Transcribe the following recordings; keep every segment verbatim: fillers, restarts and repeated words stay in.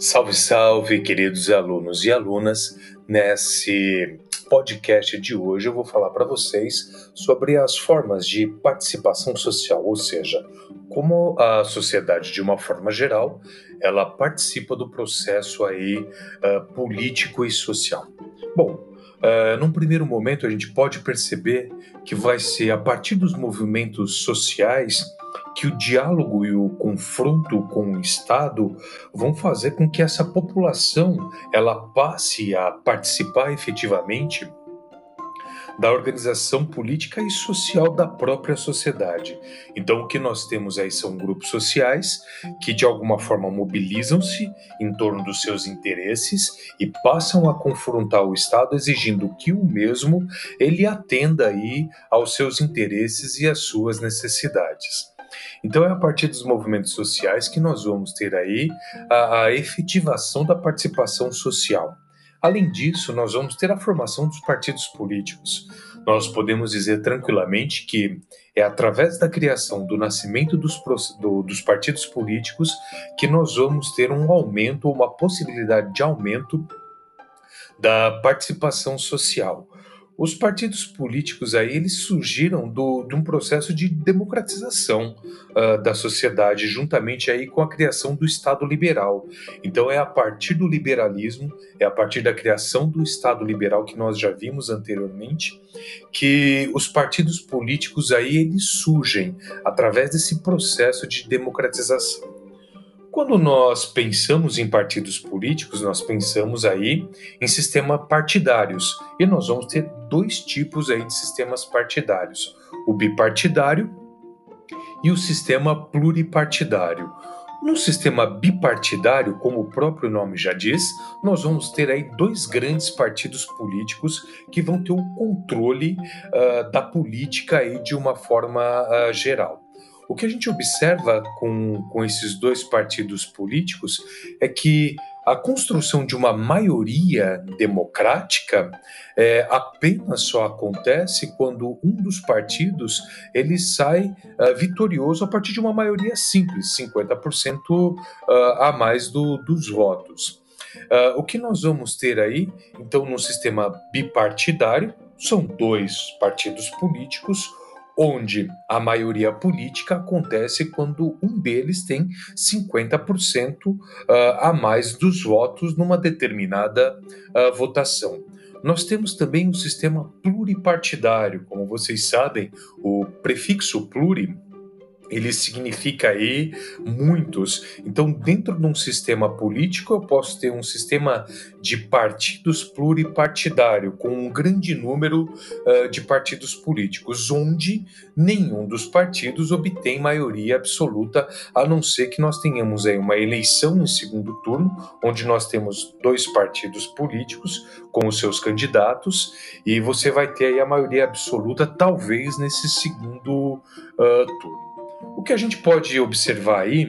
Salve, salve, queridos alunos e alunas. Nesse podcast de hoje eu vou falar para vocês sobre as formas de participação social, ou seja, como a sociedade, de uma forma geral, ela participa do processo aí uh, político e social. Bom, uh, num primeiro momento a gente pode perceber que vai ser a partir dos movimentos sociais que o diálogo e o confronto com o Estado vão fazer com que essa população ela passe a participar efetivamente da organização política e social da própria sociedade. Então, o que nós temos aí são grupos sociais que, de alguma forma, mobilizam-se em torno dos seus interesses e passam a confrontar o Estado, exigindo que o mesmo ele atenda aí aos seus interesses e às suas necessidades. Então é a partir dos movimentos sociais que nós vamos ter aí a, a efetivação da participação social. Além disso, nós vamos ter a formação dos partidos políticos. Nós podemos dizer tranquilamente que é através da criação, do nascimento dos, do, dos partidos políticos que nós vamos ter um aumento, uma possibilidade de aumento da participação social. Os partidos políticos aí, eles surgiram do, de um processo de democratização uh, da sociedade, juntamente aí com a criação do Estado liberal. Então é a partir do liberalismo, é a partir da criação do Estado liberal que nós já vimos anteriormente, que os partidos políticos aí, eles surgem através desse processo de democratização. Quando nós pensamos em partidos políticos, nós pensamos aí em sistemas partidários. E nós vamos ter dois tipos aí de sistemas partidários: o bipartidário e o sistema pluripartidário. No sistema bipartidário, como o próprio nome já diz, nós vamos ter aí dois grandes partidos políticos que vão ter o controle uh, da política aí de uma forma uh, geral. O que a gente observa com, com esses dois partidos políticos é que a construção de uma maioria democrática é, apenas só acontece quando um dos partidos ele sai uh, vitorioso a partir de uma maioria simples, cinquenta por cento uh, a mais do, dos votos. Uh, o que nós vamos ter aí, então, no sistema bipartidário, são dois partidos políticos, onde a maioria política acontece quando um deles tem cinquenta por cento uh, a mais dos votos numa determinada uh, votação. Nós temos também um sistema pluripartidário. Como vocês sabem, o prefixo pluri ele significa aí muitos. Então, dentro de um sistema político, eu posso ter um sistema de partidos pluripartidário, com um grande número uh, de partidos políticos, onde nenhum dos partidos obtém maioria absoluta, a não ser que nós tenhamos aí uma eleição em segundo turno, onde nós temos dois partidos políticos com os seus candidatos, e você vai ter aí a maioria absoluta, talvez, nesse segundo uh, turno. O que a gente pode observar aí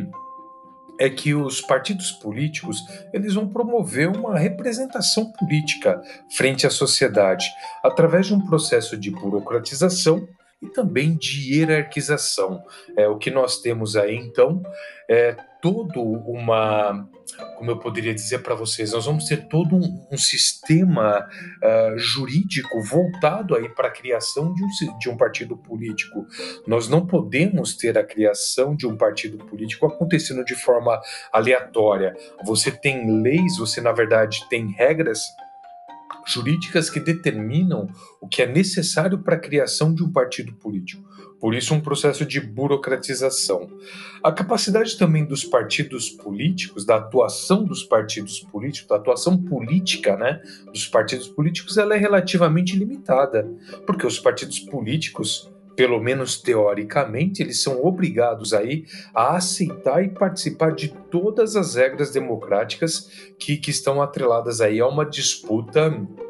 é que os partidos políticos eles vão promover uma representação política frente à sociedade através de um processo de burocratização e também de hierarquização. É, o que nós temos aí, então, é todo uma, como eu poderia dizer para vocês, nós vamos ter todo um, um sistema uh, jurídico voltado aí para a criação de um, de um partido político. Nós não podemos ter a criação de um partido político acontecendo de forma aleatória. Você tem leis, você na verdade tem regras jurídicas que determinam o que é necessário para a criação de um partido político. Por isso, um processo de burocratização. A capacidade também dos partidos políticos, da atuação dos partidos políticos, da atuação política, né, dos partidos políticos, ela é relativamente limitada, porque os partidos políticos, pelo menos teoricamente, eles são obrigados aí a aceitar e participar de todas as regras democráticas que, que estão atreladas aí a uma disputa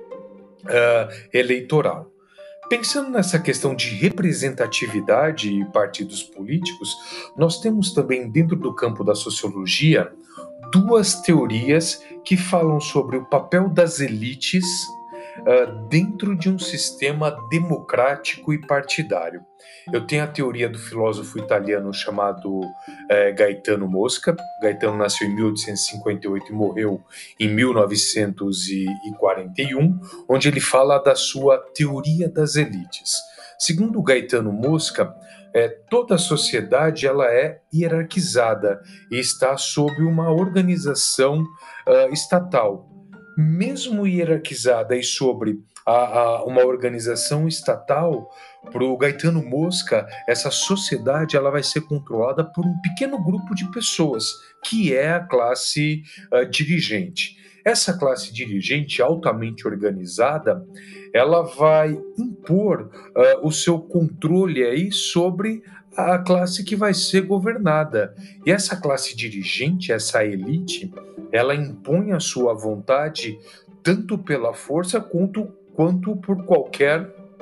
uh, eleitoral. Pensando nessa questão de representatividade e partidos políticos, nós temos também dentro do campo da sociologia duas teorias que falam sobre o papel das elites uh, dentro de um sistema democrático e partidário. Eu tenho a teoria do filósofo italiano chamado eh, Gaetano Mosca. Gaetano nasceu em mil oitocentos e cinquenta e oito e morreu em mil novecentos e quarenta e um, onde ele fala da sua teoria das elites. Segundo Gaetano Mosca, é, toda a sociedade ela é hierarquizada e está sob uma organização uh, estatal. Mesmo hierarquizada e sobre a, a, uma organização estatal, para o Gaetano Mosca, essa sociedade ela vai ser controlada por um pequeno grupo de pessoas, que é a classe uh, dirigente. Essa classe dirigente altamente organizada, ela vai impor uh, o seu controle aí sobre a classe que vai ser governada. E essa classe dirigente, essa elite, ela impõe a sua vontade tanto pela força quanto, quanto por qualquer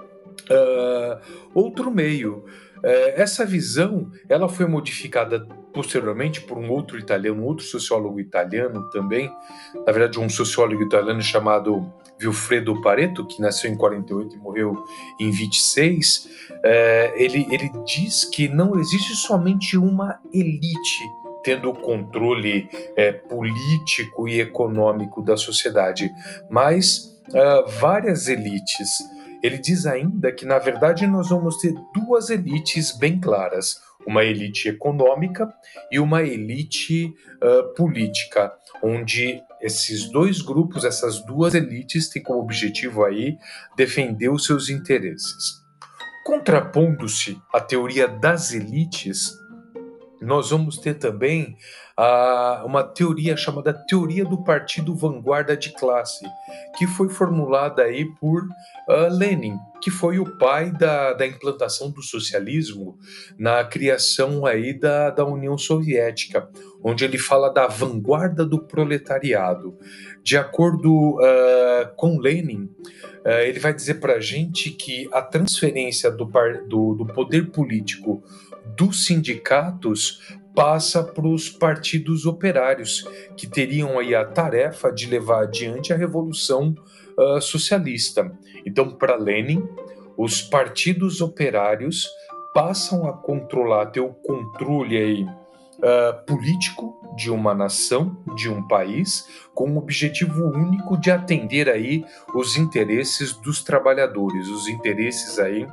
uh, outro meio. Uh, essa visão ela foi modificada posteriormente por um outro italiano, um outro sociólogo italiano também, na verdade um sociólogo italiano chamado Vilfredo Pareto, que nasceu em quarenta e oito e morreu em vinte e seis. Uh, ele, ele diz que não existe somente uma elite tendo o controle é, político e econômico da sociedade, mas uh, várias elites. Ele diz ainda que, na verdade, nós vamos ter duas elites bem claras, uma elite econômica e uma elite uh, política, onde esses dois grupos, essas duas elites, têm como objetivo aí defender os seus interesses. Contrapondo-se à teoria das elites, nós vamos ter também uh, uma teoria chamada teoria do partido vanguarda de classe, que foi formulada aí por uh, Lenin, que foi o pai da, da implantação do socialismo na criação aí da, da União Soviética, onde ele fala da vanguarda do proletariado. De acordo uh, com Lenin, uh, ele vai dizer para a gente que a transferência do, par, do, do poder político dos sindicatos passa para os partidos operários, que teriam aí a tarefa de levar adiante a revolução uh, socialista. Então, para Lenin, os partidos operários passam a controlar, ter o controle aí, uh, político de uma nação, de um país, com o objetivo único de atender aí os interesses dos trabalhadores, os interesses aí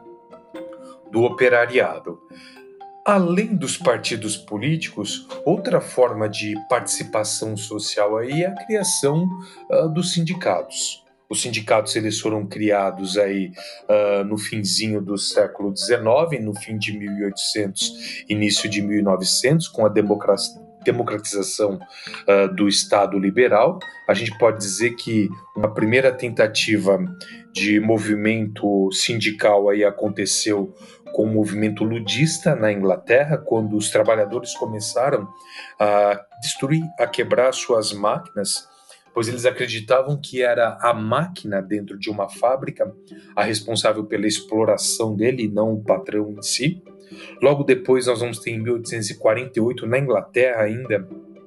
do operariado. Além dos partidos políticos, outra forma de participação social aí é a criação uh, dos sindicatos. Os sindicatos eles foram criados aí uh, no finzinho do século dezenove, no fim de mil e oitocentos, início de mil e novecentos, com a democracia democratização uh, do Estado liberal. A gente pode dizer que uma primeira tentativa de movimento sindical aí aconteceu com o movimento ludista na Inglaterra, quando os trabalhadores começaram a destruir, a quebrar suas máquinas, pois eles acreditavam que era a máquina dentro de uma fábrica a responsável pela exploração dele e não o patrão em si. Logo depois nós vamos ter em mil oitocentos e quarenta e oito, na Inglaterra ainda,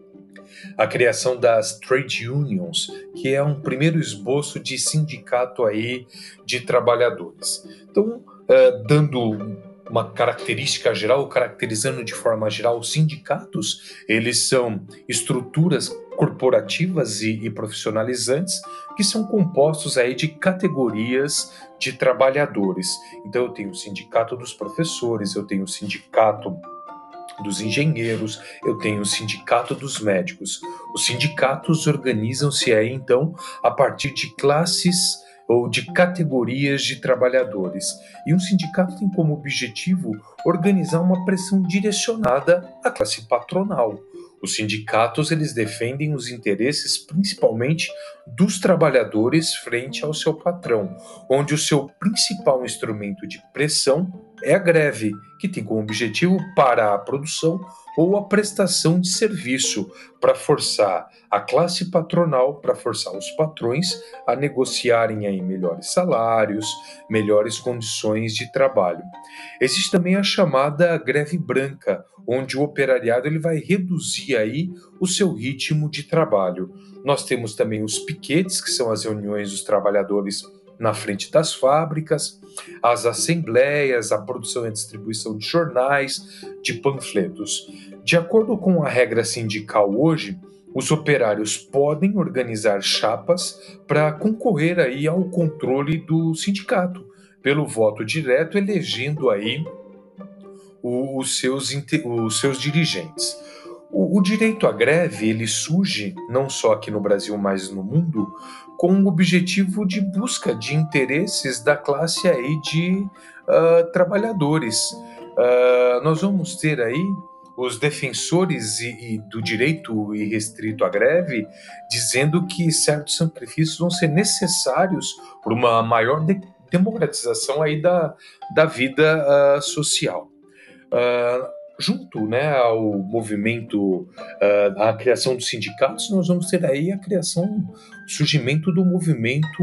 a criação das trade unions, que é um primeiro esboço de sindicato aí de trabalhadores. Então, uh, dando uma característica geral, caracterizando de forma geral os sindicatos, eles são estruturas corporativas e, e profissionalizantes que são compostos aí de categorias de trabalhadores. Então eu tenho o sindicato dos professores, eu tenho o sindicato dos engenheiros, eu tenho o sindicato dos médicos. Os sindicatos organizam-se aí então a partir de classes ou de categorias de trabalhadores. E um sindicato tem como objetivo organizar uma pressão direcionada à classe patronal. Os sindicatos eles defendem os interesses principalmente dos trabalhadores frente ao seu patrão, onde o seu principal instrumento de pressão é a greve, que tem como objetivo parar a produção ou a prestação de serviço para forçar a classe patronal, para forçar os patrões a negociarem aí melhores salários, melhores condições de trabalho. Existe também a chamada greve branca, onde o operariado ele vai reduzir aí o seu ritmo de trabalho. Nós temos também os piquetes, que são as reuniões dos trabalhadores na frente das fábricas, as assembleias, a produção e a distribuição de jornais, de panfletos. De acordo com a regra sindical hoje, os operários podem organizar chapas para concorrer aí ao controle do sindicato, pelo voto direto, elegendo aí o- os seus, inte- os seus dirigentes. O, o direito à greve ele surge, não só aqui no Brasil, mas no mundo, com o objetivo de busca de interesses da classe aí de ah, trabalhadores. Ah, nós vamos ter aí os defensores e, e do direito irrestrito à greve dizendo que certos sacrifícios vão ser necessários para uma maior de- democratização aí da, da vida ah, social. Uh, junto, né, ao movimento, uh, à criação dos sindicatos, nós vamos ter aí a criação, o surgimento do movimento,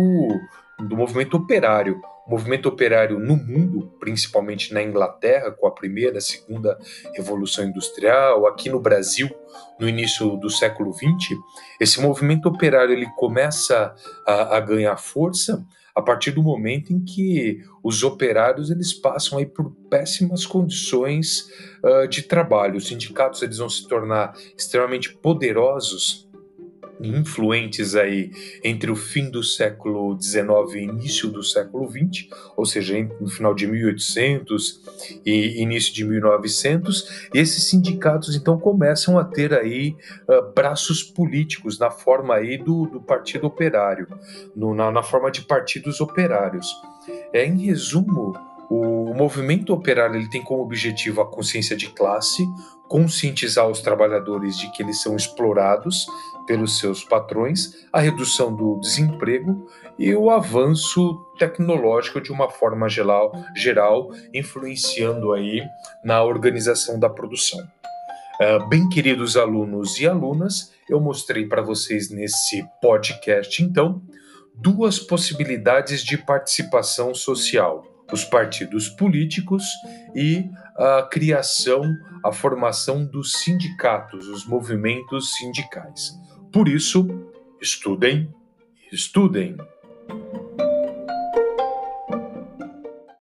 do movimento operário. O movimento operário no mundo, principalmente na Inglaterra, com a primeira, a segunda Revolução Industrial, aqui no Brasil, no início do século vinte, esse movimento operário ele começa a, a ganhar força a partir do momento em que os operários eles passam aí por péssimas condições uh, de trabalho. Os sindicatos eles vão se tornar extremamente poderosos e influentes aí entre o fim do século dezenove e início do século vinte, ou seja, no final de mil e oitocentos e início de mil e novecentos, e esses sindicatos então começam a ter aí uh, braços políticos na forma aí do, do Partido Operário, no, na, na forma de partidos operários. É, em resumo, o, o movimento operário ele tem como objetivo a consciência de classe, conscientizar os trabalhadores de que eles são explorados pelos seus patrões, a redução do desemprego e o avanço tecnológico de uma forma geral, geral influenciando aí na organização da produção. Uh, bem, queridos alunos e alunas, eu mostrei para vocês nesse podcast, então, duas possibilidades de participação social: os partidos políticos e a criação, a formação dos sindicatos, os movimentos sindicais. Por isso, estudem, estudem.